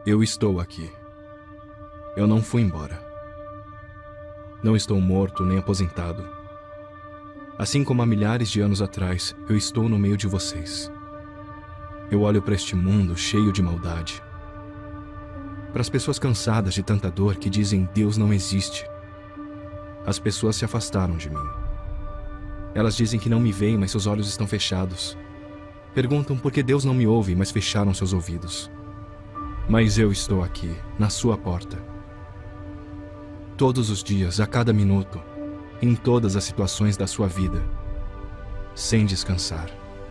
Eu estou aqui. Eu não fui embora. Não estou morto nem aposentado. Assim como há milhares de anos atrás, eu estou no meio de vocês. Eu olho para este mundo cheio de maldade. Para as pessoas cansadas de tanta dor que dizem Deus não existe. As pessoas se afastaram de mim. Elas dizem que não me veem, mas seus olhos estão fechados. Perguntam por que Deus não me ouve, mas fecharam seus ouvidos. Mas eu estou aqui, na sua porta. Todos os dias, a cada minuto, em todas as situações da sua vida, sem descansar.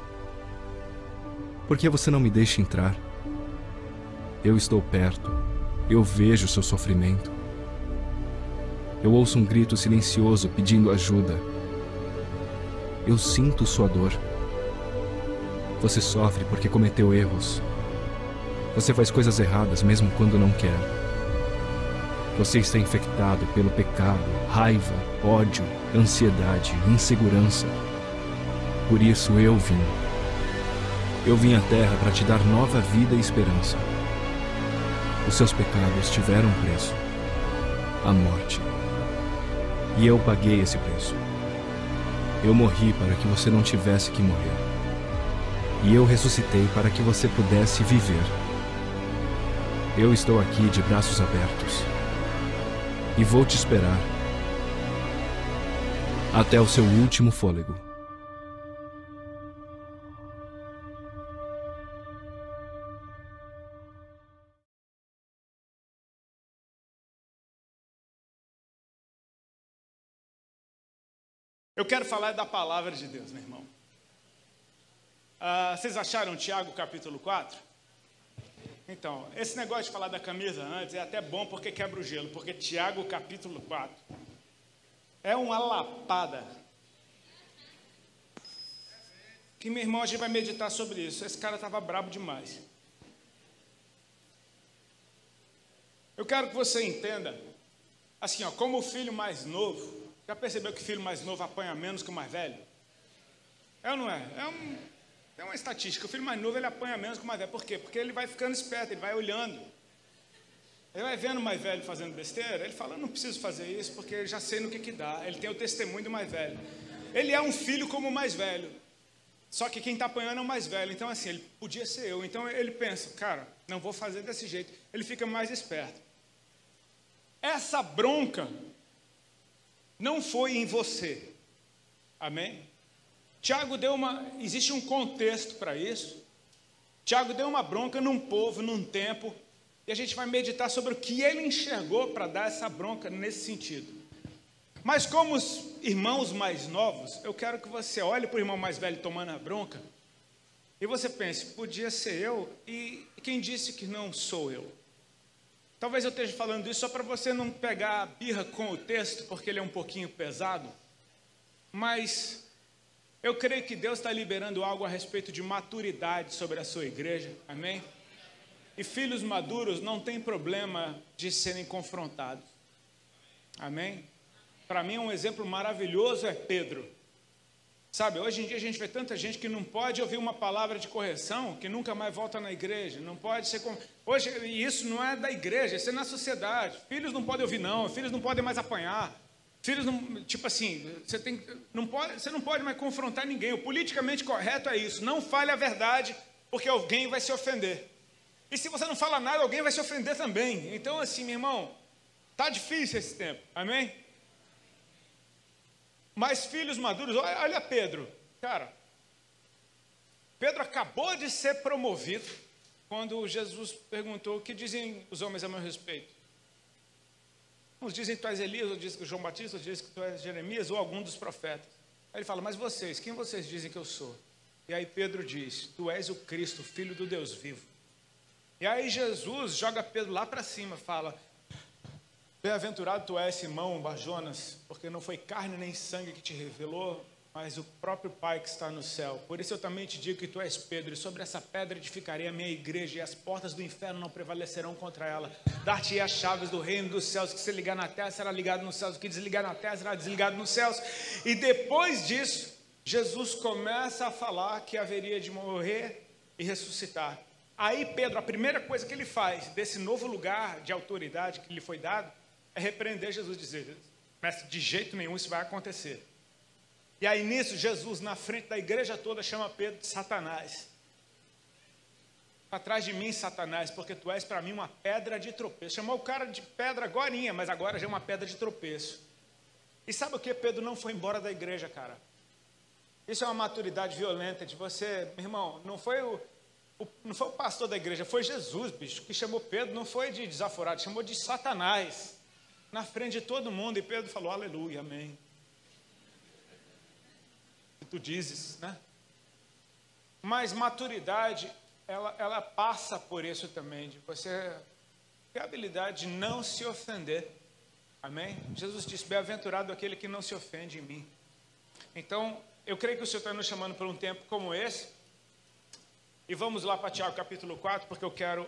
Por que você não me deixa entrar? Eu estou perto, eu vejo seu sofrimento. Eu ouço um grito silencioso pedindo ajuda. Eu sinto sua dor. Você sofre porque cometeu erros. Você faz coisas erradas mesmo quando não quer. Você está infectado pelo pecado, raiva, ódio, ansiedade, insegurança. Por isso eu vim. Eu vim à Terra para te dar nova vida e esperança. Os seus pecados tiveram preço, a morte. E eu paguei esse preço. Eu morri para que você não tivesse que morrer. E eu ressuscitei para que você pudesse viver. Eu estou aqui de braços abertos. E vou te esperar até o seu último fôlego. Eu quero falar da palavra de Deus, meu irmão. Vocês acharam Tiago capítulo 4? Então, esse negócio de falar da camisa antes é até bom porque quebra o gelo, porque Tiago capítulo 4 é uma lapada. Que, meu irmão, a gente vai meditar sobre isso. Esse cara estava brabo demais. Eu quero que você entenda, assim, ó, como o filho mais novo. Já percebeu que o filho mais novo apanha menos que o mais velho? É ou não é? É uma estatística. O filho mais novo ele apanha menos que o mais velho. Por quê? Porque ele vai ficando esperto, ele vai olhando. Ele vai vendo o mais velho fazendo besteira, ele fala, não preciso fazer isso, porque eu já sei no que dá. Ele tem o testemunho do mais velho. Ele é um filho como o mais velho. Só que quem está apanhando é o mais velho. Então, assim, ele podia ser eu. Então, ele pensa, cara, não vou fazer desse jeito. Ele fica mais esperto. Essa bronca não foi em você. Amém? Tiago existe um contexto para isso. Tiago deu uma bronca num povo, num tempo, e a gente vai meditar sobre o que ele enxergou para dar essa bronca nesse sentido. Mas como os irmãos mais novos, eu quero que você olhe para o irmão mais velho tomando a bronca, e você pense, podia ser eu, e quem disse que não sou eu? Talvez eu esteja falando isso só para você não pegar a birra com o texto, porque ele é um pouquinho pesado, mas eu creio que Deus está liberando algo a respeito de maturidade sobre a sua igreja, amém? E filhos maduros não tem problema de serem confrontados, amém? Para mim um exemplo maravilhoso é Pedro. Sabe, hoje em dia a gente vê tanta gente que não pode ouvir uma palavra de correção, que nunca mais volta na igreja, não pode ser... Hoje, e isso não é da igreja, isso é na sociedade. Filhos não podem ouvir não, filhos não podem mais apanhar. Filhos não... Tipo assim, você não pode mais confrontar ninguém. O politicamente correto é isso, não fale a verdade, porque alguém vai se ofender. E se você não fala nada, alguém vai se ofender também. Então assim, meu irmão, tá difícil esse tempo, amém? Mas filhos maduros, olha Pedro, cara, Pedro acabou de ser promovido quando Jesus perguntou, o que dizem os homens a meu respeito? Uns dizem que tu és Elias, outros dizem que é João Batista, outros dizem que tu és Jeremias ou algum dos profetas. Aí ele fala, mas vocês, quem vocês dizem que eu sou? E aí Pedro diz, tu és o Cristo, filho do Deus vivo. E aí Jesus joga Pedro lá para cima, fala, bem-aventurado tu és, Simão Barjonas, porque não foi carne nem sangue que te revelou, mas o próprio Pai que está no céu. Por isso eu também te digo que tu és Pedro, e sobre essa pedra edificarei a minha igreja, e as portas do inferno não prevalecerão contra ela. Dar-te-ei as chaves do reino dos céus, que se ligar na terra será ligado nos céus, o que desligar na terra será desligado nos céus. E depois disso, Jesus começa a falar que haveria de morrer e ressuscitar. Aí Pedro, a primeira coisa que ele faz desse novo lugar de autoridade que lhe foi dado é repreender Jesus, dizer: mestre, de jeito nenhum isso vai acontecer. E aí nisso Jesus, na frente da igreja toda, chama Pedro de Satanás. Para trás de mim, Satanás, porque tu és para mim uma pedra de tropeço. Chamou o cara de pedra agorinha, mas agora já é uma pedra de tropeço. E sabe o que? Pedro não foi embora da igreja, cara. Isso é uma maturidade violenta de você, meu irmão. Não foi o pastor da igreja, foi Jesus, bicho, que chamou Pedro. Não foi de desaforado, chamou de Satanás. Na frente de todo mundo. E Pedro falou: aleluia, amém. E tu dizes, né? Mas maturidade, ela passa por isso também, de você ter a habilidade de não se ofender. Amém? Jesus disse: bem-aventurado aquele que não se ofende em mim. Então, eu creio que o Senhor está nos chamando por um tempo como esse. E vamos lá para Tiago capítulo 4, porque eu quero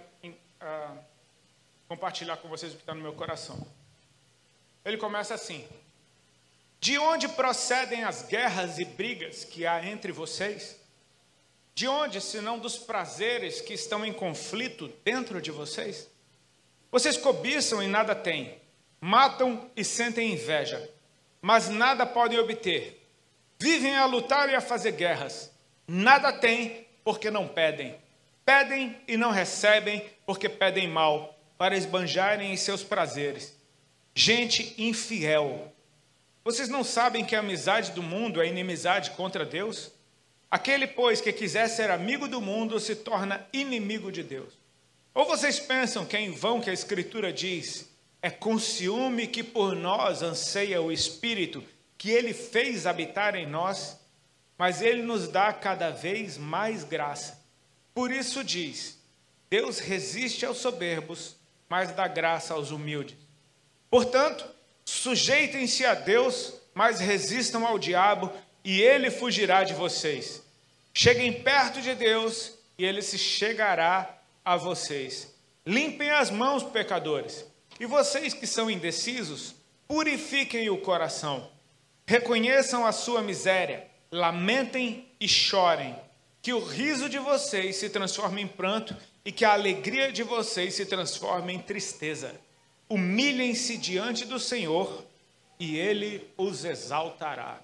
compartilhar com vocês o que está no meu coração. Ele começa assim: de onde procedem as guerras e brigas que há entre vocês? De onde, senão dos prazeres que estão em conflito dentro de vocês? Vocês cobiçam e nada têm, matam e sentem inveja, mas nada podem obter. Vivem a lutar e a fazer guerras, nada têm porque não pedem. Pedem e não recebem porque pedem mal, para esbanjarem em seus prazeres. Gente infiel. Vocês não sabem que a amizade do mundo é inimizade contra Deus? Aquele, pois, que quiser ser amigo do mundo se torna inimigo de Deus. Ou vocês pensam que é em vão que a Escritura diz: é com ciúme que por nós anseia o Espírito que Ele fez habitar em nós, mas Ele nos dá cada vez mais graça. Por isso diz: Deus resiste aos soberbos, mas dá graça aos humildes. Portanto, sujeitem-se a Deus, mas resistam ao diabo, e ele fugirá de vocês. Cheguem perto de Deus, e ele se chegará a vocês. Limpem as mãos, pecadores. E vocês que são indecisos, purifiquem o coração. Reconheçam a sua miséria, lamentem e chorem. Que o riso de vocês se transforme em pranto, e que a alegria de vocês se transforme em tristeza. Humilhem-se diante do Senhor, e Ele os exaltará.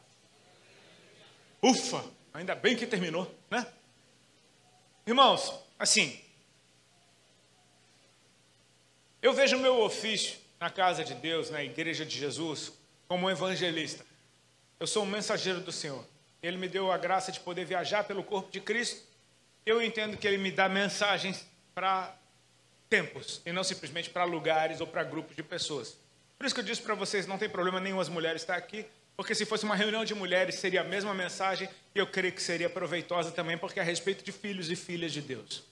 Ufa, ainda bem que terminou, né? Irmãos, assim, eu vejo o meu ofício na casa de Deus, na igreja de Jesus, como um evangelista. Eu sou um mensageiro do Senhor. Ele me deu a graça de poder viajar pelo corpo de Cristo. Eu entendo que Ele me dá mensagens para tempos, e não simplesmente para lugares ou para grupos de pessoas. Por isso que eu disse para vocês, não tem problema nenhum as mulheres estar aqui, porque se fosse uma reunião de mulheres, seria a mesma mensagem, e eu creio que seria proveitosa também, porque é a respeito de filhos e filhas de Deus.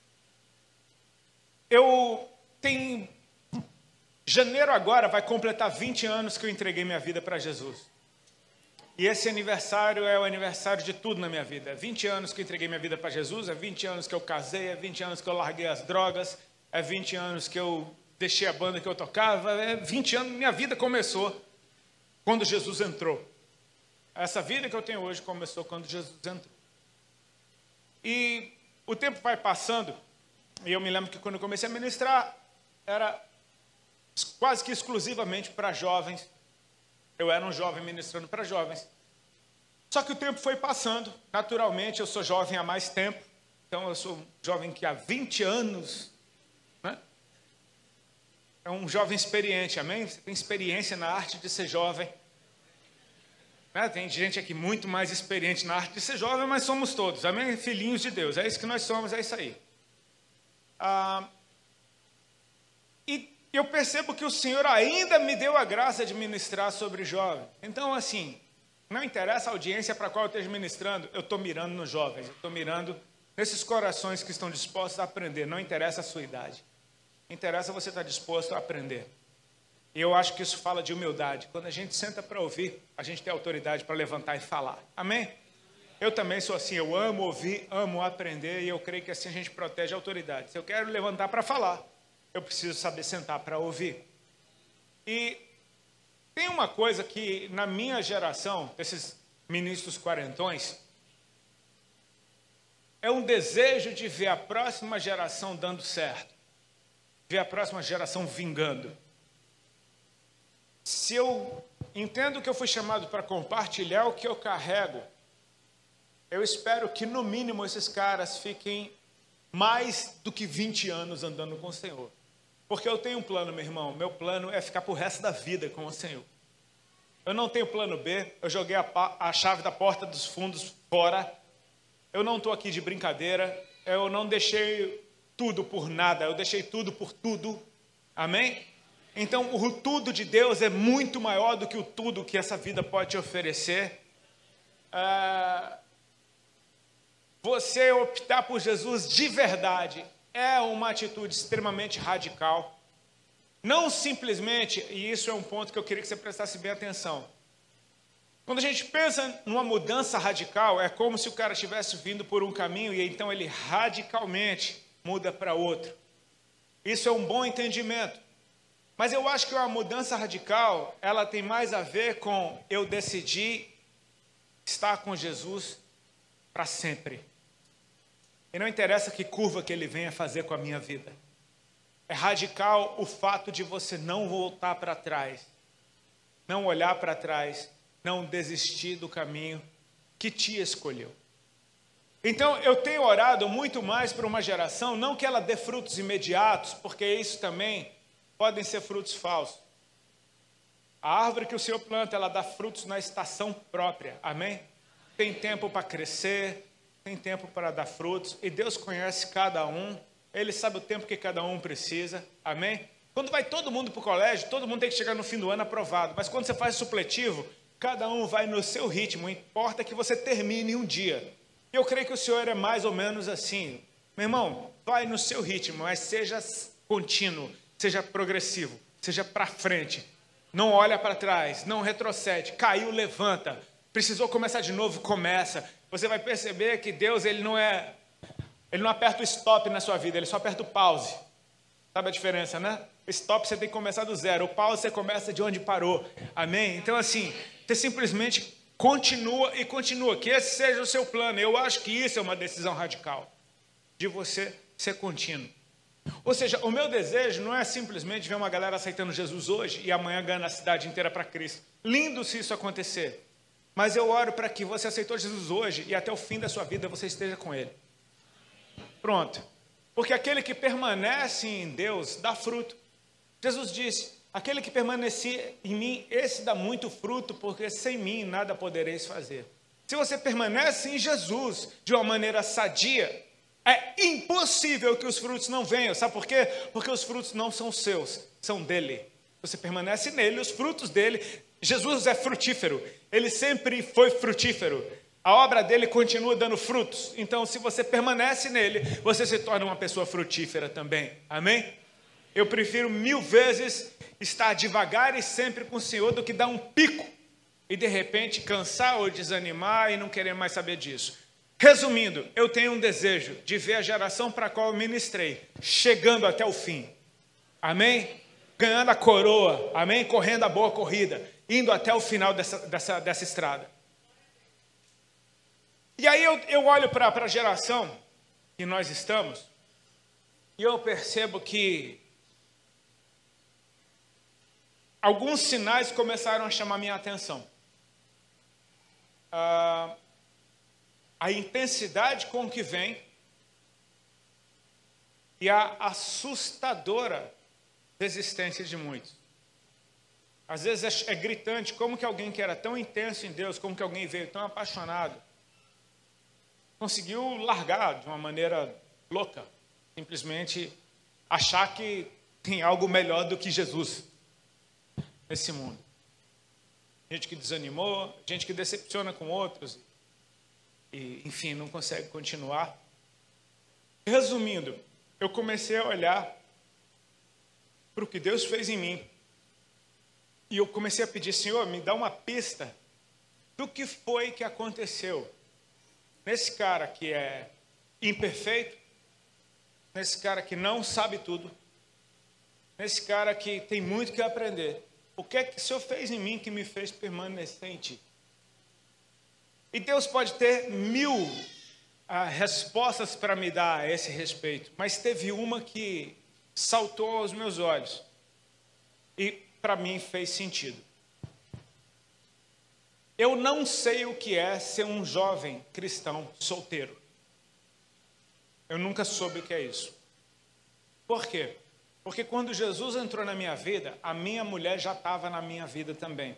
Janeiro agora vai completar 20 anos que eu entreguei minha vida para Jesus. E esse aniversário é o aniversário de tudo na minha vida. É 20 anos que eu entreguei minha vida para Jesus, é 20 anos que eu casei, é 20 anos que eu larguei as drogas, é 20 anos que eu deixei a banda que eu tocava, é 20 anos, minha vida começou quando Jesus entrou. Essa vida que eu tenho hoje começou quando Jesus entrou. E o tempo vai passando, e eu me lembro que quando eu comecei a ministrar, era quase que exclusivamente para jovens. Eu era um jovem ministrando para jovens. Só que o tempo foi passando, naturalmente, eu sou jovem há mais tempo, então eu sou um jovem que há 20 anos, né? É um jovem experiente, amém? Você tem experiência na arte de ser jovem. Né? Tem gente aqui muito mais experiente na arte de ser jovem, mas somos todos, amém? Filhinhos de Deus, é isso que nós somos, é isso aí. E eu percebo que o Senhor ainda me deu a graça de ministrar sobre jovens. Então, assim, não interessa a audiência para a qual eu esteja ministrando, eu estou mirando nos jovens, eu estou mirando nesses corações que estão dispostos a aprender, não interessa a sua idade. Interessa você estar disposto a aprender. E eu acho que isso fala de humildade. Quando a gente senta para ouvir, a gente tem autoridade para levantar e falar. Amém? Eu também sou assim, eu amo ouvir, amo aprender, e eu creio que assim a gente protege a autoridade. Se eu quero levantar para falar, eu preciso saber sentar para ouvir. E tem uma coisa que na minha geração, desses ministros quarentões, é um desejo de ver a próxima geração dando certo, ver a próxima geração vingando. Se eu entendo que eu fui chamado para compartilhar o que eu carrego, eu espero que no mínimo esses caras fiquem mais do que 20 anos andando com o Senhor. Porque eu tenho um plano, meu irmão. Meu plano é ficar pro resto da vida com o Senhor. Eu não tenho plano B. Eu joguei a chave da porta dos fundos fora. Eu não estou aqui de brincadeira. Eu não deixei tudo por nada. Eu deixei tudo por tudo. Amém? Então, o tudo de Deus é muito maior do que o tudo que essa vida pode te oferecer. Você optar por Jesus de verdade é uma atitude extremamente radical. Não simplesmente, e isso é um ponto que eu queria que você prestasse bem atenção. Quando a gente pensa numa mudança radical, é como se o cara estivesse vindo por um caminho e então ele radicalmente muda para outro. Isso é um bom entendimento. Mas eu acho que uma mudança radical, ela tem mais a ver com eu decidir estar com Jesus para sempre. E não interessa que curva que ele venha fazer com a minha vida. É radical o fato de você não voltar para trás, não olhar para trás, não desistir do caminho que te escolheu. Então, eu tenho orado muito mais para uma geração, não que ela dê frutos imediatos, porque isso também podem ser frutos falsos. A árvore que o Senhor planta, ela dá frutos na estação própria, amém? Tem tempo para crescer, tem tempo para dar frutos, e Deus conhece cada um, Ele sabe o tempo que cada um precisa, amém? Quando vai todo mundo para o colégio, todo mundo tem que chegar no fim do ano aprovado, mas quando você faz supletivo, cada um vai no seu ritmo, importa que você termine um dia. E eu creio que o Senhor é mais ou menos assim, meu irmão, vai no seu ritmo, mas seja contínuo, seja progressivo, seja para frente, não olha para trás, não retrocede, caiu, levanta, precisou começar de novo, começa. Você vai perceber que Deus, ele não aperta o stop na sua vida, ele só aperta o pause. Sabe a diferença, né? O stop você tem que começar do zero, o pause você começa de onde parou. Amém? Então assim, você simplesmente continua e continua, que esse seja o seu plano. Eu acho que isso é uma decisão radical, de você ser contínuo. Ou seja, o meu desejo não é simplesmente ver uma galera aceitando Jesus hoje e amanhã ganhando a cidade inteira para Cristo. Lindo se isso acontecer. Mas eu oro para que você aceitou Jesus hoje e até o fim da sua vida você esteja com Ele. Pronto. Porque aquele que permanece em Deus dá fruto. Jesus disse, aquele que permanecer em mim, esse dá muito fruto, porque sem mim nada podereis fazer. Se você permanece em Jesus de uma maneira sadia, é impossível que os frutos não venham. Sabe por quê? Porque os frutos não são seus, são dele. Você permanece nele, os frutos dele. Jesus é frutífero, ele sempre foi frutífero. A obra dele continua dando frutos. Então, se você permanece nele, você se torna uma pessoa frutífera também. Amém? Eu prefiro 1000 vezes estar devagar e sempre com o Senhor do que dar um pico e de repente cansar ou desanimar e não querer mais saber disso. Resumindo, eu tenho um desejo de ver a geração para a qual eu ministrei chegando até o fim. Amém? Ganhando a coroa. Amém? Correndo a boa corrida. Indo até o final dessa estrada. E aí eu olho para a geração que nós estamos e eu percebo que alguns sinais começaram a chamar minha atenção. A intensidade com que vem e a assustadora resistência de muitos. Às vezes é gritante como que alguém que era tão intenso em Deus, como que alguém veio tão apaixonado, conseguiu largar de uma maneira louca, simplesmente achar que tem algo melhor do que Jesus nesse mundo. Gente que desanimou, gente que decepciona com outros, e enfim, não consegue continuar. Resumindo, eu comecei a olhar para o que Deus fez em mim, e eu comecei a pedir, Senhor, me dá uma pista do que foi que aconteceu nesse cara que é imperfeito, nesse cara que não sabe tudo, nesse cara que tem muito que aprender. O que é que o Senhor fez em mim que me fez permanecer em Ti? E Deus pode ter 1000 respostas para me dar a esse respeito, mas teve uma que saltou aos meus olhos e para mim fez sentido. Eu não sei o que é ser um jovem cristão solteiro. Eu nunca soube o que é isso. Por quê? Porque quando Jesus entrou na minha vida, a minha mulher já estava na minha vida também.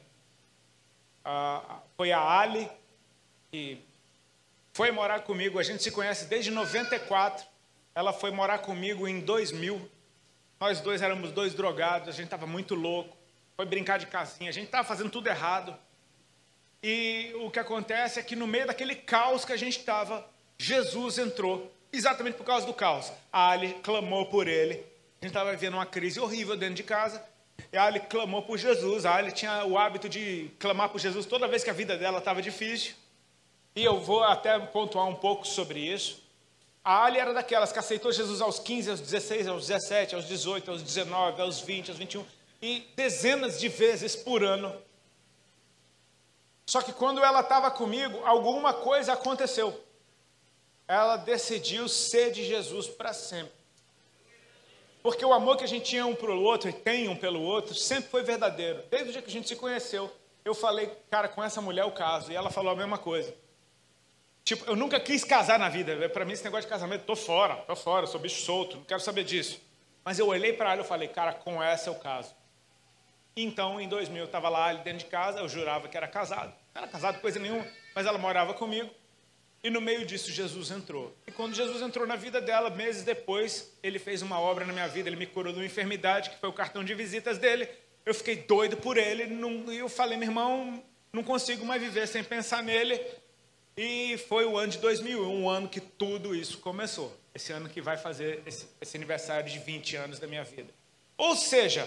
Foi a Ali que foi morar comigo. A gente se conhece desde 94. Ela foi morar comigo em 2000. Nós dois éramos dois drogados. A gente estava muito louco. Foi brincar de casinha. A gente estava fazendo tudo errado. E o que acontece é que no meio daquele caos que a gente estava, Jesus entrou. Exatamente por causa do caos. A Ali clamou por ele. A gente estava vivendo uma crise horrível dentro de casa. E a Ali clamou por Jesus. A Ali tinha o hábito de clamar por Jesus toda vez que a vida dela estava difícil. E eu vou até pontuar um pouco sobre isso. A Ali era daquelas que aceitou Jesus aos 15, aos 16, aos 17, aos 18, aos 19, aos 20, aos 21. E dezenas de vezes por ano. Só que quando ela estava comigo, alguma coisa aconteceu. Ela decidiu ser de Jesus para sempre. Porque o amor que a gente tinha um pelo outro e tem um pelo outro sempre foi verdadeiro. Desde o dia que a gente se conheceu, eu falei, cara, com essa mulher eu caso. E ela falou a mesma coisa. Tipo, eu nunca quis casar na vida. Para mim esse negócio de casamento, tô fora, sou bicho solto, não quero saber disso. Mas eu olhei para ela e falei, cara, com essa eu caso. Então, em 2000, eu estava lá dentro de casa, eu jurava que era casado. Não era casado coisa nenhuma, mas ela morava comigo. E no meio disso, Jesus entrou. E quando Jesus entrou na vida dela, meses depois, ele fez uma obra na minha vida. Ele me curou de uma enfermidade, que foi o cartão de visitas dele. Eu fiquei doido por ele. E eu falei, meu irmão, não consigo mais viver sem pensar nele. E foi o ano de 2001, um ano que tudo isso começou. Esse ano que vai fazer esse aniversário de 20 anos da minha vida. Ou seja,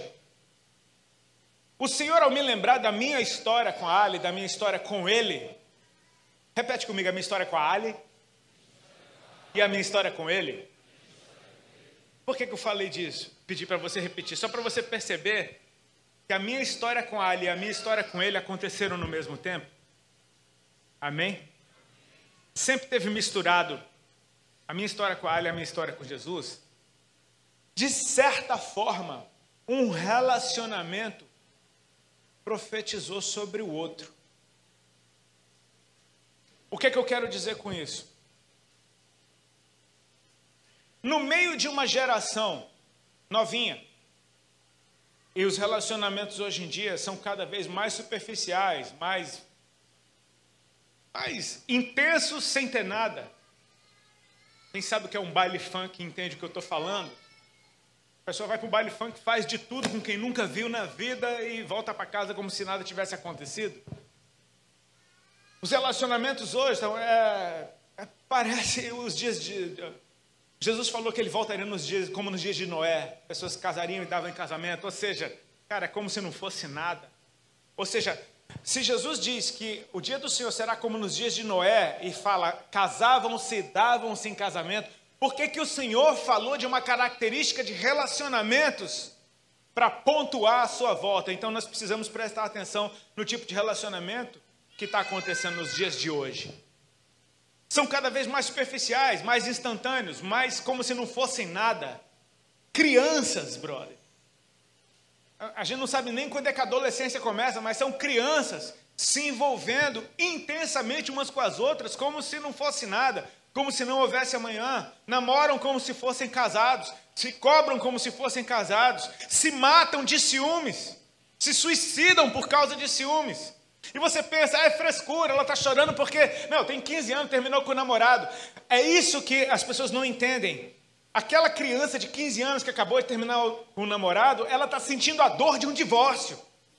o Senhor, ao me lembrar da minha história com a Ali, da minha história com ele, repete comigo, a minha história com a Ali e a minha história com ele. Por que eu falei disso? Pedi para você repetir, só para você perceber que a minha história com a Ali e a minha história com ele aconteceram no mesmo tempo. Amém? Sempre teve misturado a minha história com a Ali e a minha história com Jesus. De certa forma, um relacionamento profetizou sobre o outro. O que é que eu quero dizer com isso? No meio de uma geração novinha, e os relacionamentos hoje em dia são cada vez mais superficiais, mais intensos sem ter nada. Quem sabe o que é um baile funk entende o que eu estou falando? A pessoa vai para o baile funk, faz de tudo com quem nunca viu na vida e volta para casa como se nada tivesse acontecido. Os relacionamentos hoje parece os dias de... Jesus falou que ele voltaria nos dias, como nos dias de Noé. Pessoas casariam e davam em casamento. Ou seja, cara, é como se não fosse nada. Ou seja, se Jesus diz que o dia do Senhor será como nos dias de Noé e fala, casavam-se, davam-se em casamento, por que o Senhor falou de uma característica de relacionamentos para pontuar a sua volta? Então nós precisamos prestar atenção no tipo de relacionamento que está acontecendo nos dias de hoje. São cada vez mais superficiais, mais instantâneos, mais como se não fossem nada. Crianças, brother. A gente não sabe nem quando é que a adolescência começa, mas são crianças se envolvendo intensamente umas com as outras, como se não fosse nada, como se não houvesse amanhã. Namoram como se fossem casados, se cobram como se fossem casados, se matam de ciúmes, se suicidam por causa de ciúmes. E você pensa, é frescura, ela está chorando porque, tem 15 anos, terminou com o namorado. É isso que as pessoas não entendem. Aquela criança de 15 anos que acabou de terminar com o namorado, ela está sentindo a dor de um divórcio.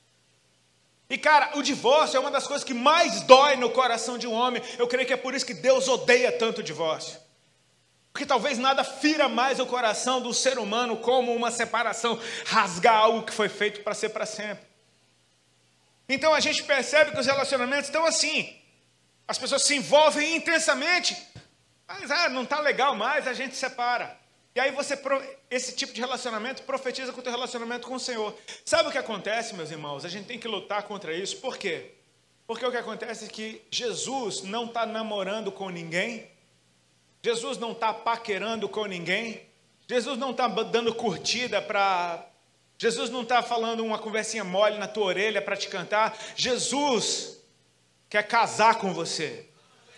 E cara, o divórcio é uma das coisas que mais dói no coração de um homem. Eu creio que é por isso que Deus odeia tanto o divórcio. Porque talvez nada fira mais o coração do ser humano como uma separação, rasgar algo que foi feito para ser para sempre. Então a gente percebe que os relacionamentos estão assim. As pessoas se envolvem intensamente, mas não está legal mais, a gente separa. E aí esse tipo de relacionamento profetiza com o teu relacionamento com o Senhor. Sabe o que acontece, meus irmãos? A gente tem que lutar contra isso. Por quê? Porque o que acontece é que Jesus não está namorando com ninguém Jesus não está paquerando com ninguém. Jesus não está dando curtida para... Jesus não está falando uma conversinha mole na tua orelha para te cantar. Jesus quer casar com você.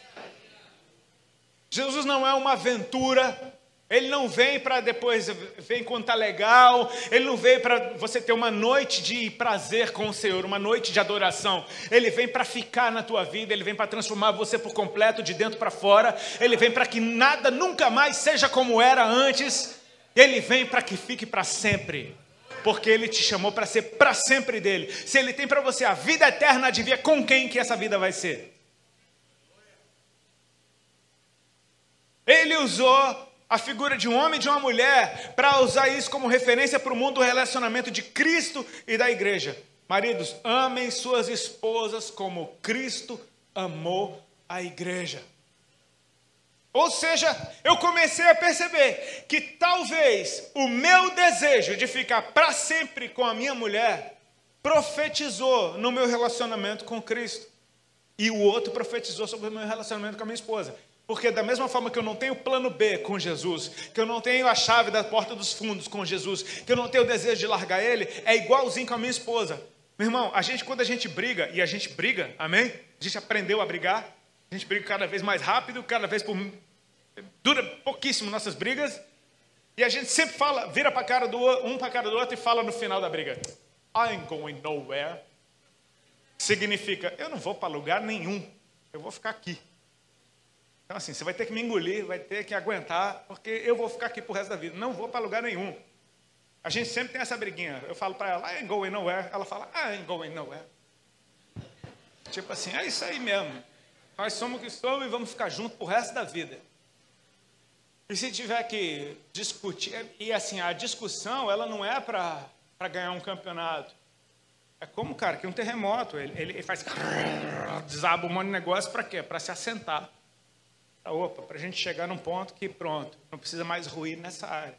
Jesus não é uma aventura. Ele não vem para depois, vem quando está legal. Ele não veio para você ter uma noite de prazer com o Senhor, uma noite de adoração. Ele vem para ficar na tua vida. Ele vem para transformar você por completo, de dentro para fora. Ele vem para que nada nunca mais seja como era antes. Ele vem para que fique para sempre. Porque Ele te chamou para ser para sempre dele. Se Ele tem para você a vida eterna, adivinha com quem que essa vida vai ser? Ele usou a figura de um homem e de uma mulher para usar isso como referência para o mundo do relacionamento de Cristo e da igreja. Maridos, amem suas esposas como Cristo amou a igreja. Ou seja, eu comecei a perceber que talvez o meu desejo de ficar para sempre com a minha mulher profetizou no meu relacionamento com Cristo. E o outro profetizou sobre o meu relacionamento com a minha esposa. Porque da mesma forma que eu não tenho plano B com Jesus, que eu não tenho a chave da porta dos fundos com Jesus, que eu não tenho o desejo de largar Ele, é igualzinho com a minha esposa. Meu irmão, quando a gente briga, e a gente briga, amém? A gente aprendeu a brigar, a gente briga cada vez mais rápido, cada vez dura pouquíssimo nossas brigas, e a gente sempre fala, vira para a cara do outro e fala no final da briga, I ain't going nowhere. Significa, eu não vou para lugar nenhum, eu vou ficar aqui. Então assim, você vai ter que me engolir, vai ter que aguentar, porque eu vou ficar aqui pro resto da vida, não vou para lugar nenhum. A gente sempre tem essa briguinha, eu falo para ela, I ain't going nowhere, ela fala, I ain't going nowhere. Tipo assim, é isso aí mesmo, nós somos o que somos e vamos ficar juntos pro resto da vida. E se tiver que discutir, e assim, a discussão, ela não é para ganhar um campeonato. É como, cara, que um terremoto, ele faz, desaba um monte de negócio para quê? Para se assentar. Para a gente chegar num ponto que pronto, não precisa mais ruir nessa área.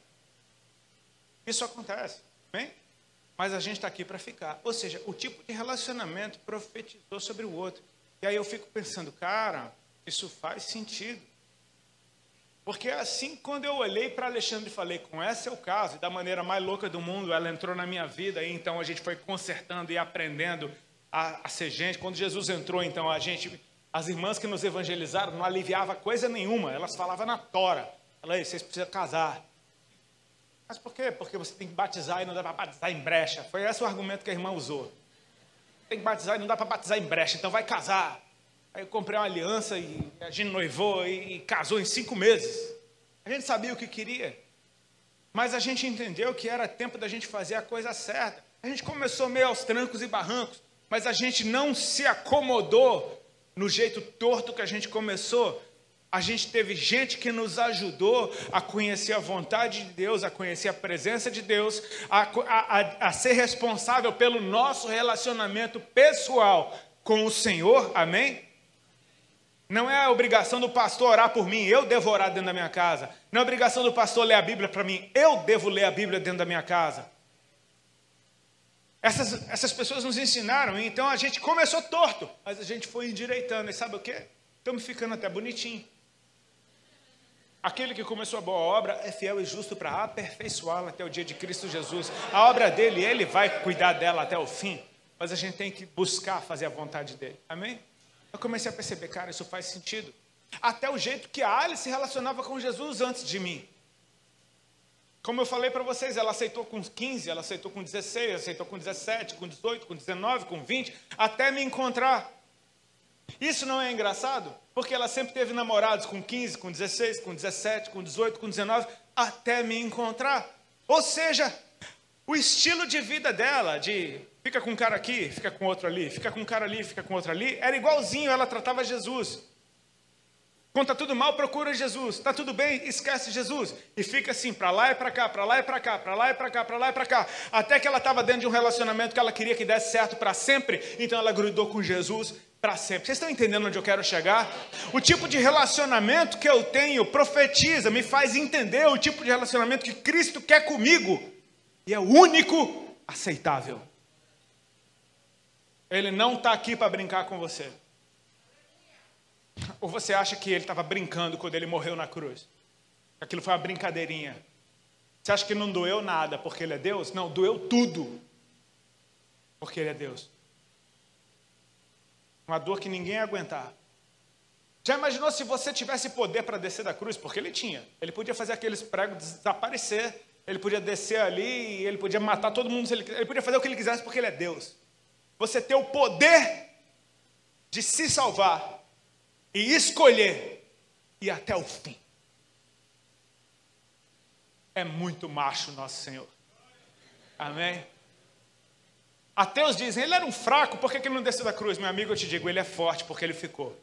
Isso acontece, bem? Mas a gente está aqui para ficar. Ou seja, o tipo de relacionamento profetizou sobre o outro. E aí eu fico pensando, cara, isso faz sentido. Porque assim, quando eu olhei para Alexandre e falei, com esse é o caso, e da maneira mais louca do mundo, ela entrou na minha vida, e então a gente foi consertando e aprendendo a ser gente. Quando Jesus entrou, então, as irmãs que nos evangelizaram não aliviavam coisa nenhuma, elas falavam na tora. Vocês precisam casar. Mas por quê? Porque você tem que batizar e não dá para batizar em brecha. Foi esse o argumento que a irmã usou. Tem que batizar e não dá para batizar em brecha, então vai casar. Aí eu comprei uma aliança e a gente noivou e casou em 5 meses. A gente sabia o que queria. Mas a gente entendeu que era tempo da gente fazer a coisa certa. A gente começou meio aos trancos e barrancos, mas a gente não se acomodou no jeito torto que a gente começou. A gente teve gente que nos ajudou a conhecer a vontade de Deus, a conhecer a presença de Deus, a ser responsável pelo nosso relacionamento pessoal com o Senhor, amém? Não é a obrigação do pastor orar por mim, eu devo orar dentro da minha casa. Não é a obrigação do pastor ler a Bíblia para mim, eu devo ler a Bíblia dentro da minha casa. Essas pessoas nos ensinaram, então a gente começou torto, mas a gente foi endireitando. E sabe o quê? Estamos ficando até bonitinho. Aquele que começou a boa obra é fiel e justo para aperfeiçoá-la até o dia de Cristo Jesus. A obra dele, ele vai cuidar dela até o fim, mas a gente tem que buscar fazer a vontade dele. Amém? Eu comecei a perceber, cara, isso faz sentido. Até o jeito que a Alice se relacionava com Jesus antes de mim. Como eu falei para vocês, ela aceitou com 15, ela aceitou com 16, aceitou com 17, com 18, com 19, com 20, até me encontrar. Isso não é engraçado? Porque ela sempre teve namorados com 15, com 16, com 17, com 18, com 19, até me encontrar. Ou seja, o estilo de vida dela, de fica com um cara aqui, fica com outro ali, fica com um cara ali, fica com outro ali, era igualzinho, ela tratava Jesus. Quando está tudo mal, procura Jesus. Está tudo bem, esquece Jesus. E fica assim, para lá e para cá, para lá e para cá, para lá e para cá, para lá e para cá. Até que ela estava dentro de um relacionamento que ela queria que desse certo para sempre. Então ela grudou com Jesus para sempre. Vocês estão entendendo onde eu quero chegar? O tipo de relacionamento que eu tenho profetiza, me faz entender o tipo de relacionamento que Cristo quer comigo. E é o único aceitável. Ele não está aqui para brincar com você. Ou você acha que ele estava brincando quando ele morreu na cruz? Aquilo foi uma brincadeirinha. Você acha que não doeu nada porque ele é Deus? Não, doeu tudo porque ele é Deus. Uma dor que ninguém ia aguentar. Já imaginou se você tivesse poder para descer da cruz? Porque ele tinha. Ele podia fazer aqueles pregos desaparecer. Ele podia descer ali, ele podia matar todo mundo. Ele podia fazer o que ele quisesse porque ele é Deus. Você ter o poder de se salvar e escolher ir até o fim. É muito macho nosso Senhor. Amém? Ateus dizem, ele era um fraco, por que ele não desceu da cruz? Meu amigo, eu te digo, ele é forte porque ele ficou.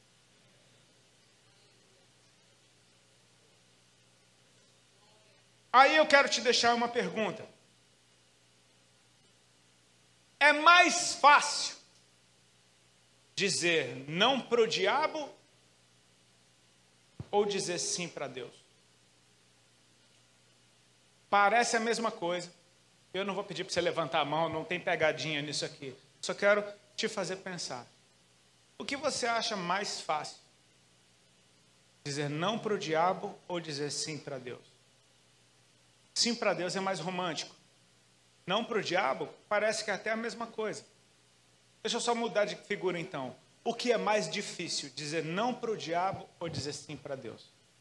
Aí eu quero te deixar uma pergunta. É mais fácil dizer não para o diabo ou dizer sim para Deus? Parece a mesma coisa. Eu não vou pedir para você levantar a mão, não tem pegadinha nisso aqui. Só quero te fazer pensar. O que você acha mais fácil? Dizer não para o diabo ou dizer sim para Deus? Sim para Deus é mais romântico. Não para o diabo parece que é até a mesma coisa. Deixa eu só mudar de figura então. O que é mais difícil? Dizer não para o diabo ou dizer sim para Deus?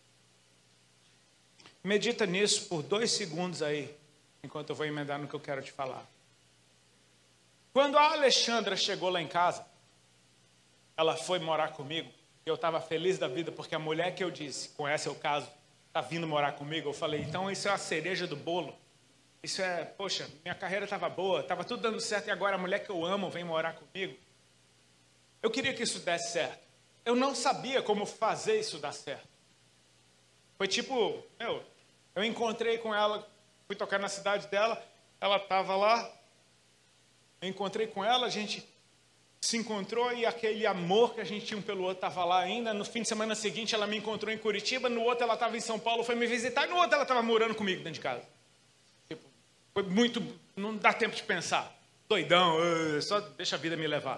Medita nisso por 2 segundos aí, enquanto eu vou emendar no que eu quero te falar. Quando a Alexandra chegou lá em casa, ela foi morar comigo, e eu estava feliz da vida, porque a mulher que eu disse, com esse é o caso, está vindo morar comigo, eu falei, então isso é a cereja do bolo. Isso é, poxa, minha carreira estava boa, estava tudo dando certo, e agora a mulher que eu amo vem morar comigo. Eu queria que isso desse certo. Eu não sabia como fazer isso dar certo. Foi tipo, eu encontrei com ela, fui tocar na cidade dela, ela estava lá, eu encontrei com ela, a gente se encontrou e aquele amor que a gente tinha um pelo outro estava lá ainda. No fim de semana seguinte ela me encontrou em Curitiba, no outro ela estava em São Paulo, foi me visitar, e no outro ela estava morando comigo dentro de casa. Tipo, foi muito, não dá tempo de pensar. Doidão, só deixa a vida me levar.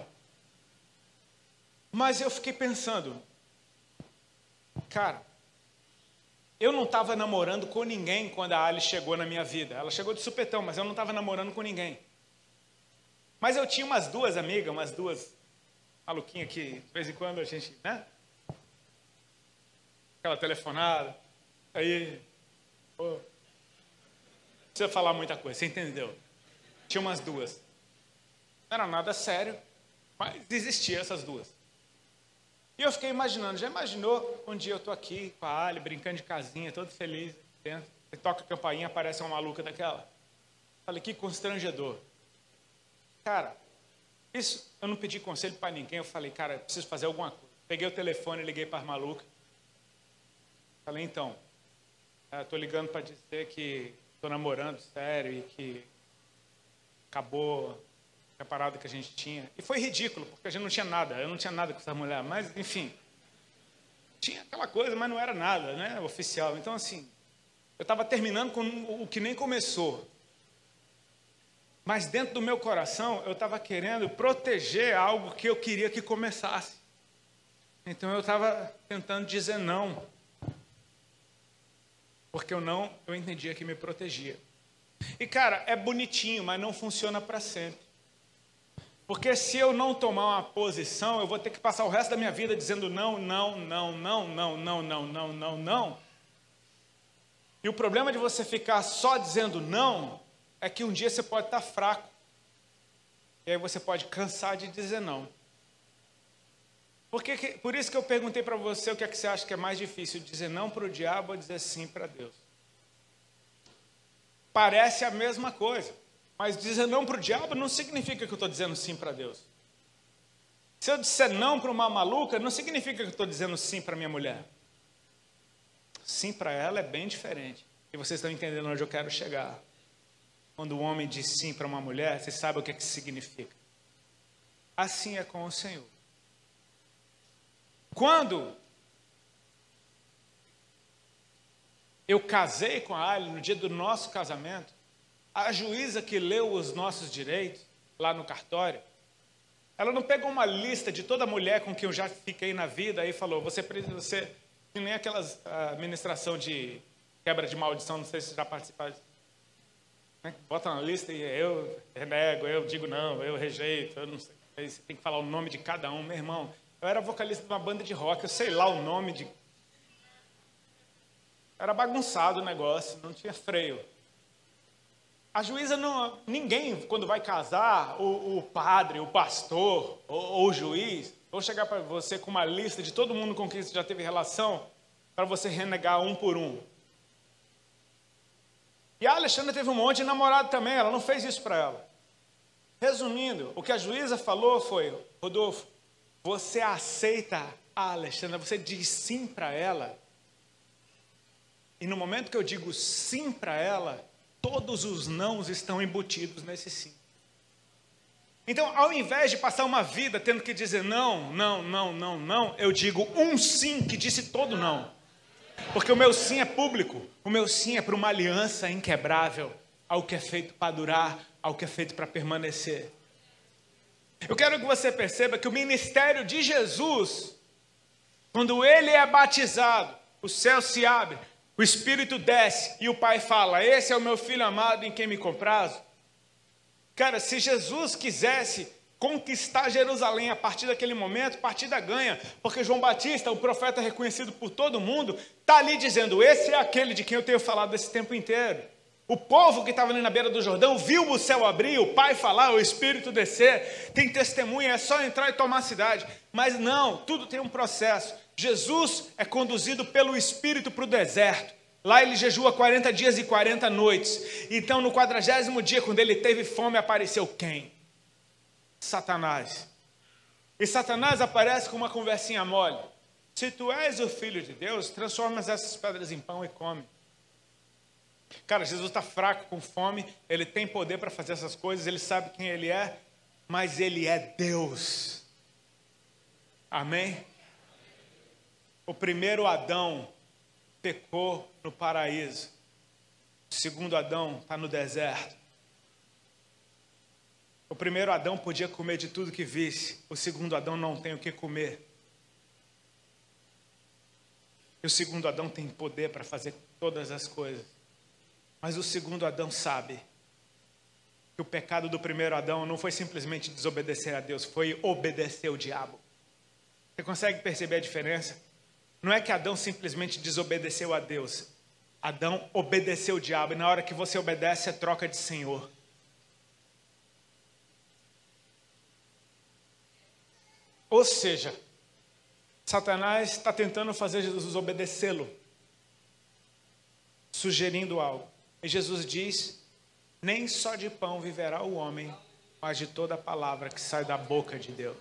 Mas eu fiquei pensando, cara, eu não estava namorando com ninguém quando a Alice chegou na minha vida. Ela chegou de supetão, mas eu não estava namorando com ninguém. Mas eu tinha umas 2 amigas, umas 2 maluquinhas que de vez em quando a gente, né? Aquela telefonada, aí, pô, não precisa falar muita coisa, você entendeu? Tinha umas 2. Não era nada sério, mas existiam essas 2. E eu fiquei imaginando, já imaginou um dia eu estou aqui com a Ali, brincando de casinha, todo feliz, dentro, e toca a campainha, aparece uma maluca daquela. Falei, que constrangedor. Cara, isso eu não pedi conselho para ninguém, eu falei, cara, eu preciso fazer alguma coisa. Peguei o telefone, liguei para as malucas. Falei, então, estou ligando para dizer que estou namorando, sério, e que acabou a parada que a gente tinha. E foi ridículo, porque a gente não tinha nada, eu não tinha nada com essa mulher, mas, enfim, tinha aquela coisa, mas não era nada, né, oficial. Então, assim, eu estava terminando com o que nem começou. Mas dentro do meu coração, eu estava querendo proteger algo que eu queria que começasse. Então, eu estava tentando dizer não. Porque eu entendia que me protegia. E, cara, é bonitinho, mas não funciona para sempre. Porque se eu não tomar uma posição, eu vou ter que passar o resto da minha vida dizendo não, não, não, não, não, não, não, não, não, não. E o problema de você ficar só dizendo não é que um dia você pode estar fraco. E aí você pode cansar de dizer não. Por isso que eu perguntei para você o que é que você acha que é mais difícil, dizer não para o diabo ou dizer sim para Deus. Parece a mesma coisa. Mas dizer não para o diabo não significa que eu estou dizendo sim para Deus. Se eu disser não para uma maluca, não significa que eu estou dizendo sim para minha mulher. Sim para ela é bem diferente. E vocês estão entendendo onde eu quero chegar. Quando o homem diz sim para uma mulher, vocês sabem o que significa. Assim é com o Senhor. Quando eu casei com a Ali, no dia do nosso casamento, a juíza que leu os nossos direitos, lá no cartório, Ela não pegou uma lista de toda mulher com quem eu já fiquei na vida e falou, você precisa ser, que nem aquelas ministração de quebra de maldição, não sei se você já participaram disso. Bota na lista e eu renego, eu digo não, eu rejeito, eu não sei. Aí você tem que falar o nome de cada um. Meu irmão, eu era vocalista de uma banda de rock, eu sei lá o nome de... Era bagunçado o negócio, não tinha freio. A juíza não... Ninguém, quando vai casar, o padre, o pastor ou o juiz, vão chegar para você com uma lista de todo mundo com quem você já teve relação para você renegar um por um. E a Alexandra teve um monte de namorado também, ela não fez isso para ela. Resumindo, o que a juíza falou foi, Rodolfo, você aceita a Alexandra, você diz sim para ela. E no momento que eu digo sim para ela, todos os nãos estão embutidos nesse sim. Então, ao invés de passar uma vida tendo que dizer não, não, não, não, não, eu digo um sim que disse todo não. Porque o meu sim é público, o meu sim é para uma aliança inquebrável, ao que é feito para durar, ao que é feito para permanecer. Eu quero que você perceba que o ministério de Jesus, quando ele é batizado, o céu se abre, o Espírito desce e o Pai fala, esse é o meu filho amado em quem me comprazo. Cara, se Jesus quisesse conquistar Jerusalém a partir daquele momento, partida ganha, porque João Batista, o profeta reconhecido por todo mundo, está ali dizendo, esse é aquele de quem eu tenho falado esse tempo inteiro. O povo que estava ali na beira do Jordão viu o céu abrir, o Pai falar, o Espírito descer, tem testemunha, é só entrar e tomar a cidade. Mas não, tudo tem um processo. Jesus é conduzido pelo Espírito para o deserto. Lá ele jejua 40 dias e 40 noites. Então no 40º dia, quando ele teve fome, apareceu quem? Satanás. E Satanás aparece com uma conversinha mole. Se tu és o Filho de Deus, transforma essas pedras em pão e come. Cara, Jesus está fraco, com fome, ele tem poder para fazer essas coisas, ele sabe quem ele é, mas ele é Deus. Amém? O primeiro Adão pecou no paraíso. O segundo Adão está no deserto. O primeiro Adão podia comer de tudo que visse. O segundo Adão não tem o que comer. E o segundo Adão tem poder para fazer todas as coisas. Mas o segundo Adão sabe que o pecado do primeiro Adão não foi simplesmente desobedecer a Deus, foi obedecer ao diabo. Você consegue perceber a diferença? Não é que Adão simplesmente desobedeceu a Deus. Adão obedeceu o diabo. E na hora que você obedece, é troca de senhor. Ou seja, Satanás está tentando fazer Jesus obedecê-lo, sugerindo algo. E Jesus diz, nem só de pão viverá o homem, mas de toda a palavra que sai da boca de Deus.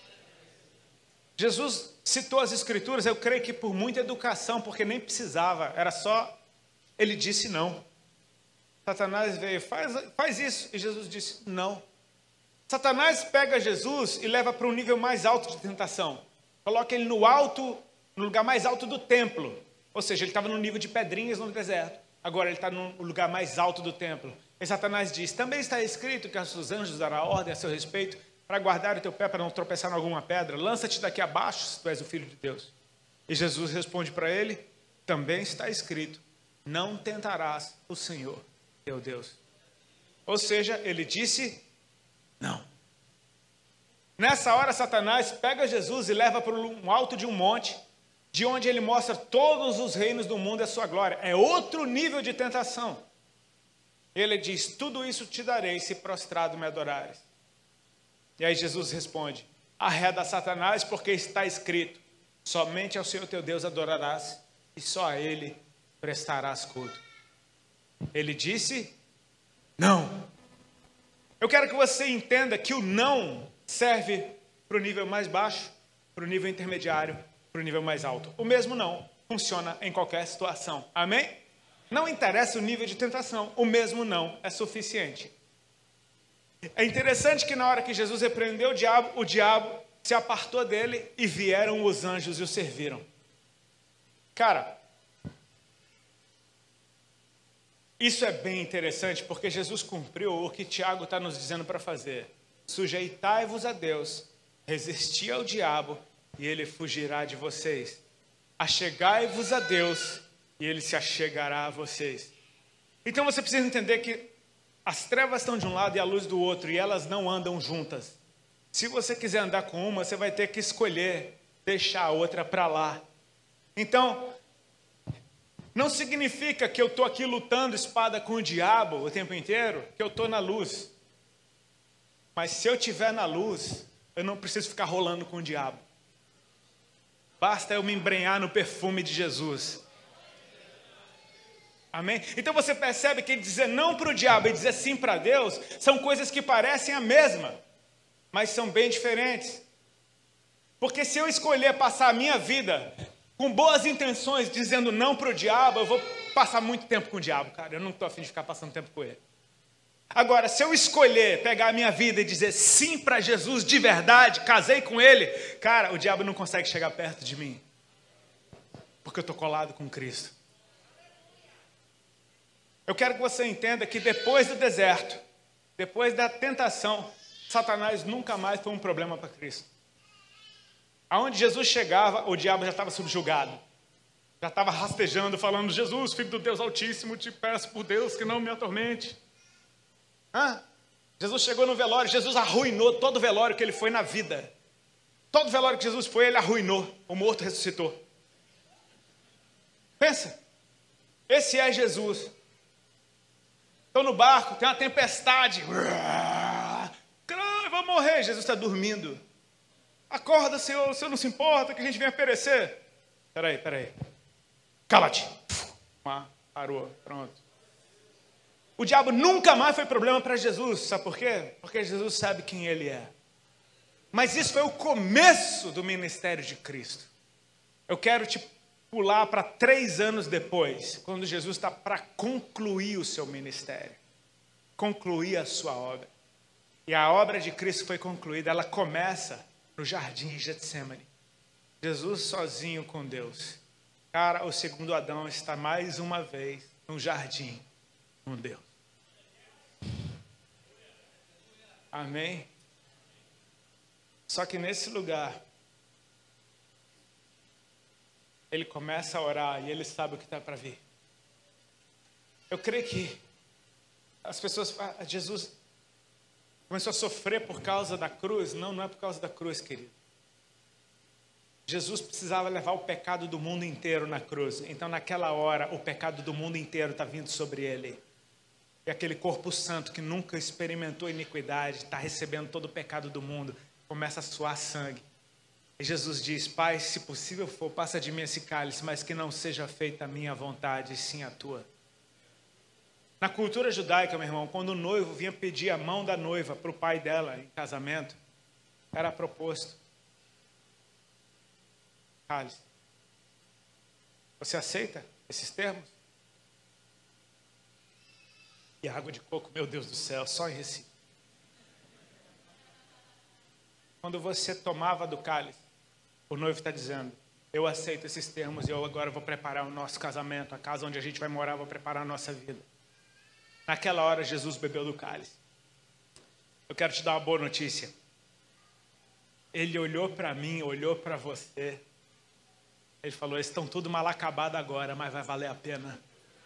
Jesus citou as Escrituras, eu creio que por muita educação, porque nem precisava, era só, ele disse não. Satanás veio, faz isso, e Jesus disse não. Satanás pega Jesus e leva para um nível mais alto de tentação. Coloca ele no lugar mais alto do templo. Ou seja, ele estava no nível de pedrinhas no deserto. Agora ele está no lugar mais alto do templo. E Satanás diz, também está escrito que os anjos darão ordem a seu respeito para guardar o teu pé para não tropeçar em alguma pedra. Lança-te daqui abaixo se tu és o Filho de Deus. E Jesus responde para ele, também está escrito, não tentarás o Senhor, teu Deus. Ou seja, ele disse não. Nessa hora, Satanás pega Jesus e leva para um alto de um monte, de onde ele mostra todos os reinos do mundo e a sua glória. É outro nível de tentação. Ele diz, tudo isso te darei se prostrado me adorares. E aí Jesus responde, arreda Satanás, porque está escrito, somente ao Senhor teu Deus adorarás, e só a Ele prestarás culto. Ele disse, não. Eu quero que você entenda que o não serve para o nível mais baixo, para o nível intermediário, para o nível mais alto. O mesmo não funciona em qualquer situação. Amém? Não interessa o nível de tentação, o mesmo não é suficiente. É interessante que na hora que Jesus repreendeu o diabo se apartou dele e vieram os anjos e o serviram. Cara, isso é bem interessante porque Jesus cumpriu o que Tiago está nos dizendo para fazer. Sujeitai-vos a Deus, resisti ao diabo, e ele fugirá de vocês. Achegai-vos a Deus, e ele se achegará a vocês. Então você precisa entender que as trevas estão de um lado e a luz do outro, e elas não andam juntas. Se você quiser andar com uma, você vai ter que escolher deixar a outra para lá. Então, não significa que eu estou aqui lutando espada com o diabo o tempo inteiro, que eu estou na luz. Mas se eu estiver na luz, eu não preciso ficar rolando com o diabo. Basta eu me embrenhar no perfume de Jesus. Amém? Então você percebe que dizer não para o diabo e dizer sim para Deus são coisas que parecem a mesma, mas são bem diferentes. Porque se eu escolher passar a minha vida com boas intenções, dizendo não para o diabo, eu vou passar muito tempo com o diabo, cara. Eu não estou a fim de ficar passando tempo com ele. Agora, se eu escolher pegar a minha vida e dizer sim para Jesus de verdade, casei com ele, cara, o diabo não consegue chegar perto de mim. Porque eu estou colado com Cristo. Eu quero que você entenda que depois do deserto, depois da tentação, Satanás nunca mais foi um problema para Cristo. Aonde Jesus chegava, o diabo já estava subjugado. Já estava rastejando, falando: Jesus, filho do Deus Altíssimo, te peço por Deus que não me atormente. Jesus chegou no velório, Jesus arruinou todo o velório que ele foi na vida. Todo velório que Jesus foi, ele arruinou. O morto ressuscitou. Pensa, esse é Jesus. Estou no barco, tem uma tempestade. Vou morrer. Jesus está dormindo. Acorda, Senhor, o Senhor não se importa que a gente venha perecer. Peraí. Cala-te. Parou, pronto. O diabo nunca mais foi problema para Jesus. Sabe por quê? Porque Jesus sabe quem ele é. Mas isso foi o começo do ministério de Cristo. Eu quero te pular para 3 anos depois, quando Jesus está para concluir o seu ministério, concluir a sua obra. E a obra de Cristo foi concluída, ela começa no jardim de Getsemane. Jesus sozinho com Deus. Cara, o segundo Adão está mais uma vez no jardim com Deus. Amém? Só que nesse lugar, ele começa a orar e ele sabe o que está para vir. Eu creio que as pessoas... Jesus começou a sofrer por causa da cruz. Não é por causa da cruz, querido. Jesus precisava levar o pecado do mundo inteiro na cruz. Então, naquela hora, o pecado do mundo inteiro está vindo sobre ele. E aquele corpo santo que nunca experimentou iniquidade, está recebendo todo o pecado do mundo, começa a suar sangue. E Jesus diz: Pai, se possível for, passa de mim esse cálice, mas que não seja feita a minha vontade, sim a tua. Na cultura judaica, meu irmão, quando o noivo vinha pedir a mão da noiva para o pai dela em casamento, era proposto: cálice. Você aceita esses termos? E água de coco, meu Deus do céu, só em Recife. Quando você tomava do cálice, o noivo está dizendo: eu aceito esses termos e eu agora vou preparar o nosso casamento, a casa onde a gente vai morar, vou preparar a nossa vida. Naquela hora, Jesus bebeu do cálice. Eu quero te dar uma boa notícia. Ele olhou para mim, olhou para você. Ele falou: eles estão tudo mal acabado agora, mas vai valer a pena.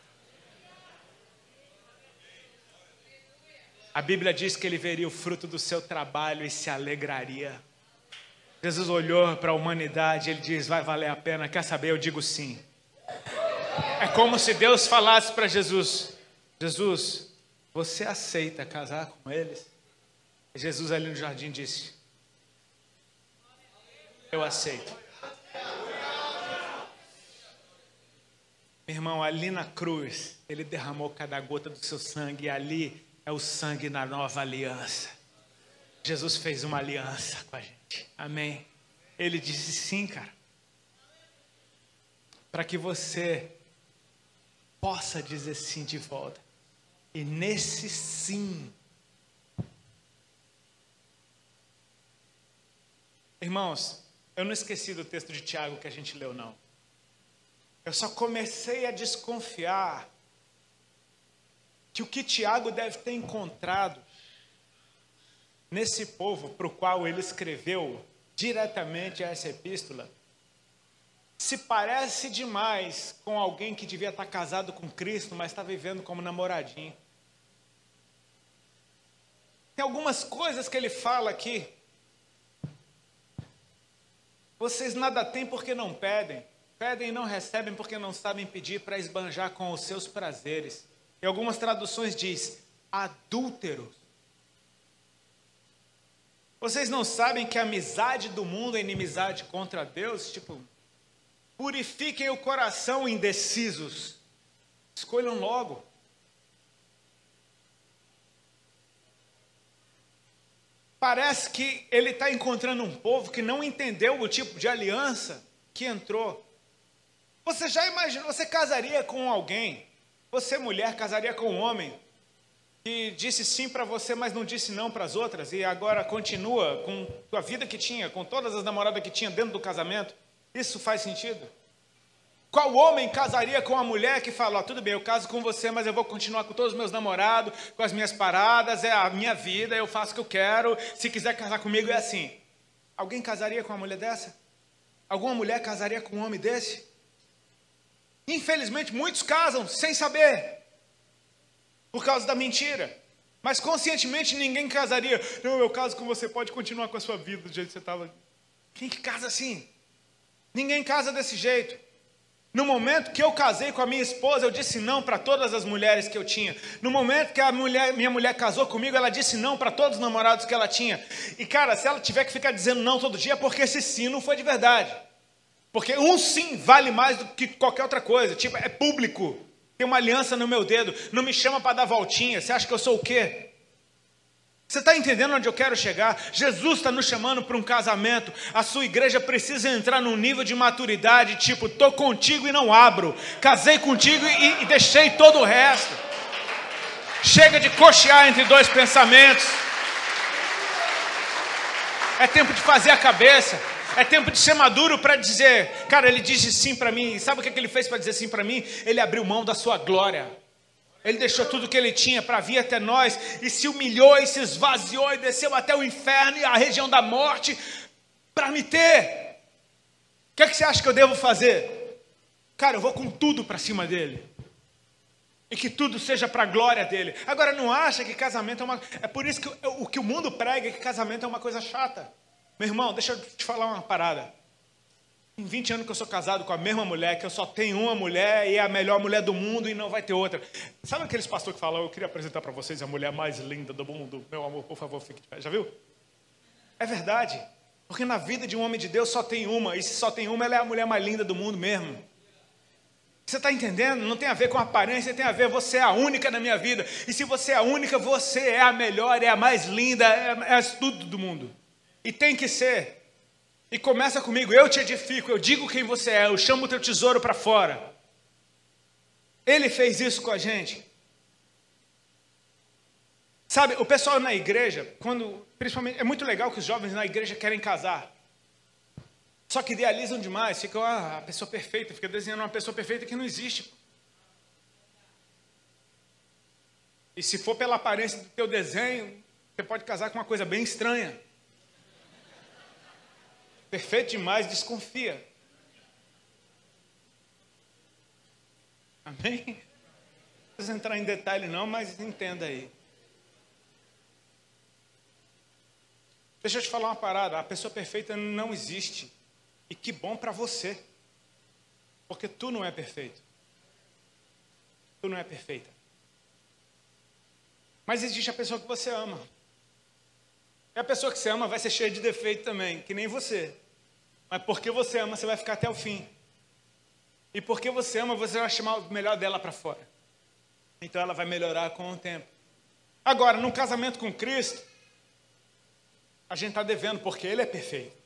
A Bíblia diz que ele veria o fruto do seu trabalho e se alegraria. Jesus olhou para a humanidade e ele diz: vai valer a pena, quer saber? Eu digo sim. É como se Deus falasse para Jesus: Jesus, você aceita casar com eles? E Jesus ali no jardim disse: eu aceito. Meu irmão, ali na cruz, ele derramou cada gota do seu sangue, e ali é o sangue da nova aliança. Jesus fez uma aliança com a gente. Amém? Ele disse sim, cara. Para que você possa dizer sim de volta. E nesse sim, irmãos, eu não esqueci do texto de Tiago que a gente leu, não. Eu só comecei a desconfiar que o que Tiago deve ter encontrado nesse povo para o qual ele escreveu diretamente essa epístola, se parece demais com alguém que devia estar casado com Cristo, mas está vivendo como namoradinho. Tem algumas coisas que ele fala aqui. Vocês nada têm porque não pedem. Pedem e não recebem porque não sabem pedir para esbanjar com os seus prazeres. Em algumas traduções diz, adúlteros. Vocês não sabem que a amizade do mundo é inimizade contra Deus? Tipo, purifiquem o coração, indecisos. Escolham logo. Parece que ele está encontrando um povo que não entendeu o tipo de aliança que entrou. Você já imaginou, você casaria com alguém, você mulher casaria com um homem que disse sim para você, mas não disse não para as outras, e agora continua com a vida que tinha, com todas as namoradas que tinha dentro do casamento? Isso faz sentido? Qual homem casaria com uma mulher que fala, tudo bem, eu caso com você, mas eu vou continuar com todos os meus namorados, com as minhas paradas, é a minha vida, eu faço o que eu quero, se quiser casar comigo é assim. Alguém casaria com uma mulher dessa? Alguma mulher casaria com um homem desse? Infelizmente, muitos casam sem saber, por causa da mentira. Mas conscientemente ninguém casaria. Não, eu caso com você, pode continuar com a sua vida do jeito que você estava. Quem que casa assim? Ninguém casa desse jeito. No momento que eu casei com a minha esposa, eu disse não para todas as mulheres que eu tinha. No momento que minha mulher casou comigo, ela disse não para todos os namorados que ela tinha. E cara, se ela tiver que ficar dizendo não todo dia, é porque esse sim não foi de verdade. Porque um sim vale mais do que qualquer outra coisa. Tipo, é público. Tem uma aliança no meu dedo. Não me chama para dar voltinha. Você acha que eu sou o quê? Você está entendendo onde eu quero chegar? Jesus está nos chamando para um casamento. A sua igreja precisa entrar num nível de maturidade. Tipo, estou contigo e não abro. Casei contigo e deixei todo o resto. Chega de cochear entre dois pensamentos. É tempo de fazer a cabeça. É tempo de ser maduro para dizer, cara, ele disse sim para mim. E sabe o que ele fez para dizer sim para mim? Ele abriu mão da sua glória. Ele deixou tudo que ele tinha para vir até nós. E se humilhou e se esvaziou e desceu até o inferno e a região da morte para me ter. O que é que você acha que eu devo fazer? Cara, eu vou com tudo para cima dele. E que tudo seja para a glória dele. Agora, não acha que casamento é uma... É por isso que o que o mundo prega é que casamento é uma coisa chata. Meu irmão, deixa eu te falar uma parada. Em 20 anos que eu sou casado com a mesma mulher, que eu só tenho uma mulher e é a melhor mulher do mundo e não vai ter outra. Sabe aqueles pastores que falam, eu queria apresentar para vocês a mulher mais linda do mundo. Meu amor, por favor, fique de pé. Já viu? É verdade. Porque na vida de um homem de Deus só tem uma. E se só tem uma, ela é a mulher mais linda do mundo mesmo. Você está entendendo? Não tem a ver com aparência, tem a ver, você é a única na minha vida. E se você é a única, você é a melhor, é a mais linda, é tudo do mundo. E tem que ser. E começa comigo, eu te edifico, eu digo quem você é, eu chamo o teu tesouro para fora. Ele fez isso com a gente. Sabe, o pessoal na igreja, principalmente, é muito legal que os jovens na igreja querem casar. Só que idealizam demais, ficam a pessoa perfeita, fica desenhando uma pessoa perfeita que não existe. E se for pela aparência do teu desenho, você pode casar com uma coisa bem estranha. Perfeito demais, desconfia. Amém? Não precisa entrar em detalhe não, mas entenda aí. Deixa eu te falar uma parada, a pessoa perfeita não existe. E que bom para você. Porque tu não é perfeito. Tu não é perfeita. Mas existe a pessoa que você ama. E a pessoa que você ama vai ser cheia de defeito também, que nem você. Mas porque você ama, você vai ficar até o fim. E porque você ama, você vai chamar o melhor dela para fora. Então ela vai melhorar com o tempo. Agora, num casamento com Cristo, a gente está devendo porque Ele é perfeito.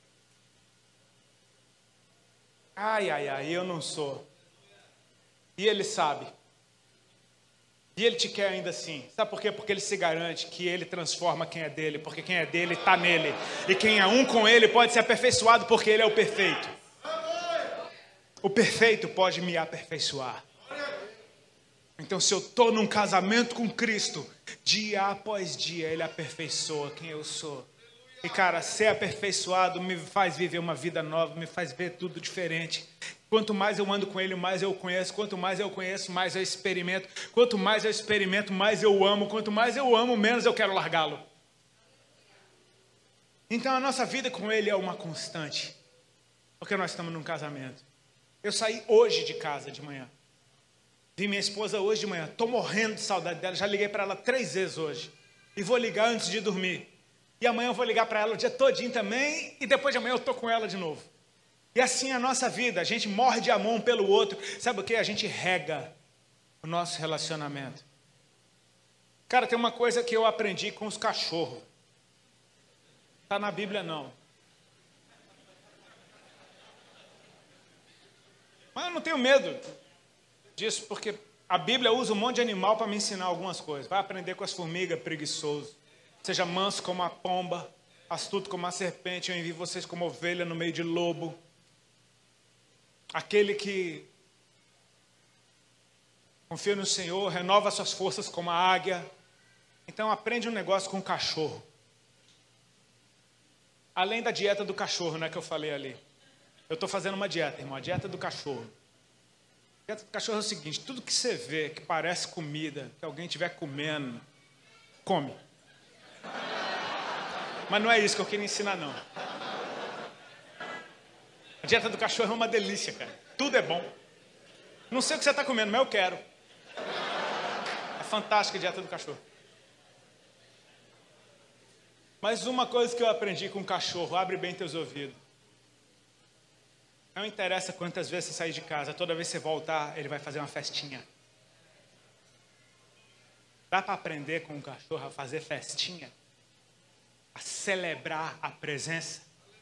Ai, eu não sou. E Ele sabe. E Ele te quer ainda assim. Sabe por quê? Porque Ele se garante que Ele transforma quem é dele. Porque quem é dele está nele. E quem é um com Ele pode ser aperfeiçoado porque Ele é o perfeito. O perfeito pode me aperfeiçoar. Então, se eu estou num casamento com Cristo, dia após dia, Ele aperfeiçoa quem eu sou. E, cara, ser aperfeiçoado me faz viver uma vida nova, me faz ver tudo diferente. Quanto mais eu ando com Ele, mais eu conheço. Quanto mais eu conheço, mais eu experimento. Quanto mais eu experimento, mais eu amo. Quanto mais eu amo, menos eu quero largá-lo. Então, a nossa vida com Ele é uma constante. Porque nós estamos num casamento. Eu saí hoje de casa de manhã. Vi minha esposa hoje de manhã. Estou morrendo de saudade dela. Já liguei para ela 3 vezes hoje. E vou ligar antes de dormir. E amanhã eu vou ligar para ela o dia todinho também. E depois de amanhã eu estou com ela de novo. E assim é a nossa vida. A gente morre de amor um pelo outro. Sabe o que? A gente rega o nosso relacionamento. Cara, tem uma coisa que eu aprendi com os cachorros. Está na Bíblia não. Mas eu não tenho medo disso, porque a Bíblia usa um monte de animal para me ensinar algumas coisas. Vai aprender com as formigas, preguiçoso. Seja manso como a pomba, astuto como a serpente. Eu envio vocês como ovelha no meio de lobo. Aquele que confia no Senhor, renova suas forças como a águia. Então aprende um negócio com o cachorro. Além da dieta do cachorro, né, que eu falei ali. Eu estou fazendo uma dieta, irmão, a dieta do cachorro. A dieta do cachorro é o seguinte: tudo que você vê que parece comida, que alguém estiver comendo, come. Mas não é isso que eu queria ensinar, não. A dieta do cachorro é uma delícia, cara. Tudo é bom. Não sei o que você está comendo, mas eu quero. É fantástica a dieta do cachorro. Mas uma coisa que eu aprendi com o cachorro, abre bem teus ouvidos. Não interessa quantas vezes você sair de casa, toda vez que você voltar, ele vai fazer uma festinha. Dá para aprender com o cachorro a fazer festinha? A celebrar a presença?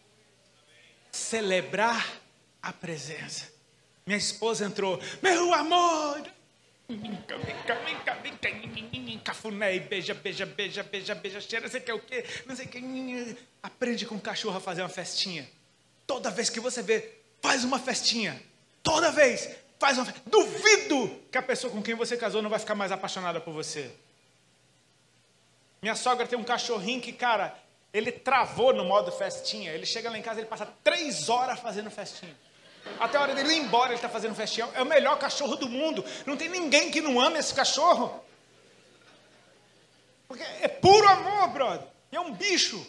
Celebrar a presença. Minha esposa entrou, meu amor! Vem cá, cafuné, beija, cheira, sei que é o quê, não sei o que. Aprende com o cachorro a fazer uma festinha. Toda vez que você vê, faz uma festinha. Toda vez, faz uma festinha. Duvido que a pessoa com quem você casou não vai ficar mais apaixonada por você. Minha sogra tem um cachorrinho que, cara, ele travou no modo festinha. Ele chega lá em casa, ele passa 3 horas fazendo festinha. Até a hora dele ir embora, ele está fazendo festinha. É o melhor cachorro do mundo. Não tem ninguém que não ame esse cachorro. Porque é puro amor, brother. E é um bicho.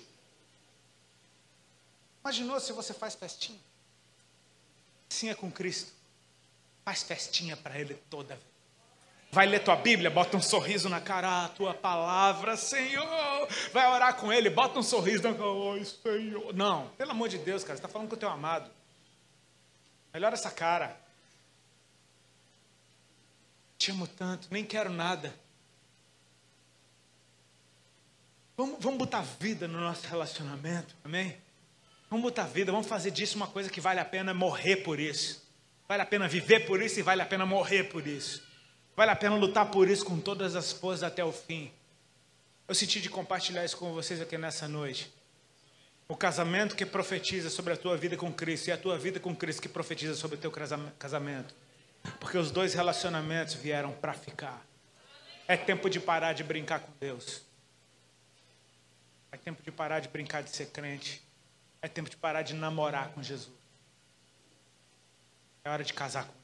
Imaginou se você faz festinha? Assim é com Cristo. Faz festinha para Ele toda vez. Vai ler tua Bíblia, bota um sorriso na cara, a tua palavra, Senhor. Vai orar com Ele, bota um sorriso na cara, oh, Senhor. Não, pelo amor de Deus, cara, você está falando com o teu amado. Melhora essa cara. Te amo tanto, nem quero nada. Vamos botar vida no nosso relacionamento, amém? Vamos botar vida, vamos fazer disso uma coisa que vale a pena morrer por isso. Vale a pena viver por isso e vale a pena morrer por isso. Vale a pena lutar por isso com todas as forças até o fim. Eu senti de compartilhar isso com vocês aqui nessa noite. O casamento que profetiza sobre a tua vida com Cristo e a tua vida com Cristo que profetiza sobre o teu casamento. Porque os dois relacionamentos vieram para ficar. É tempo de parar de brincar com Deus. É tempo de parar de brincar de ser crente. É tempo de parar de namorar com Jesus. É hora de casar com Ele.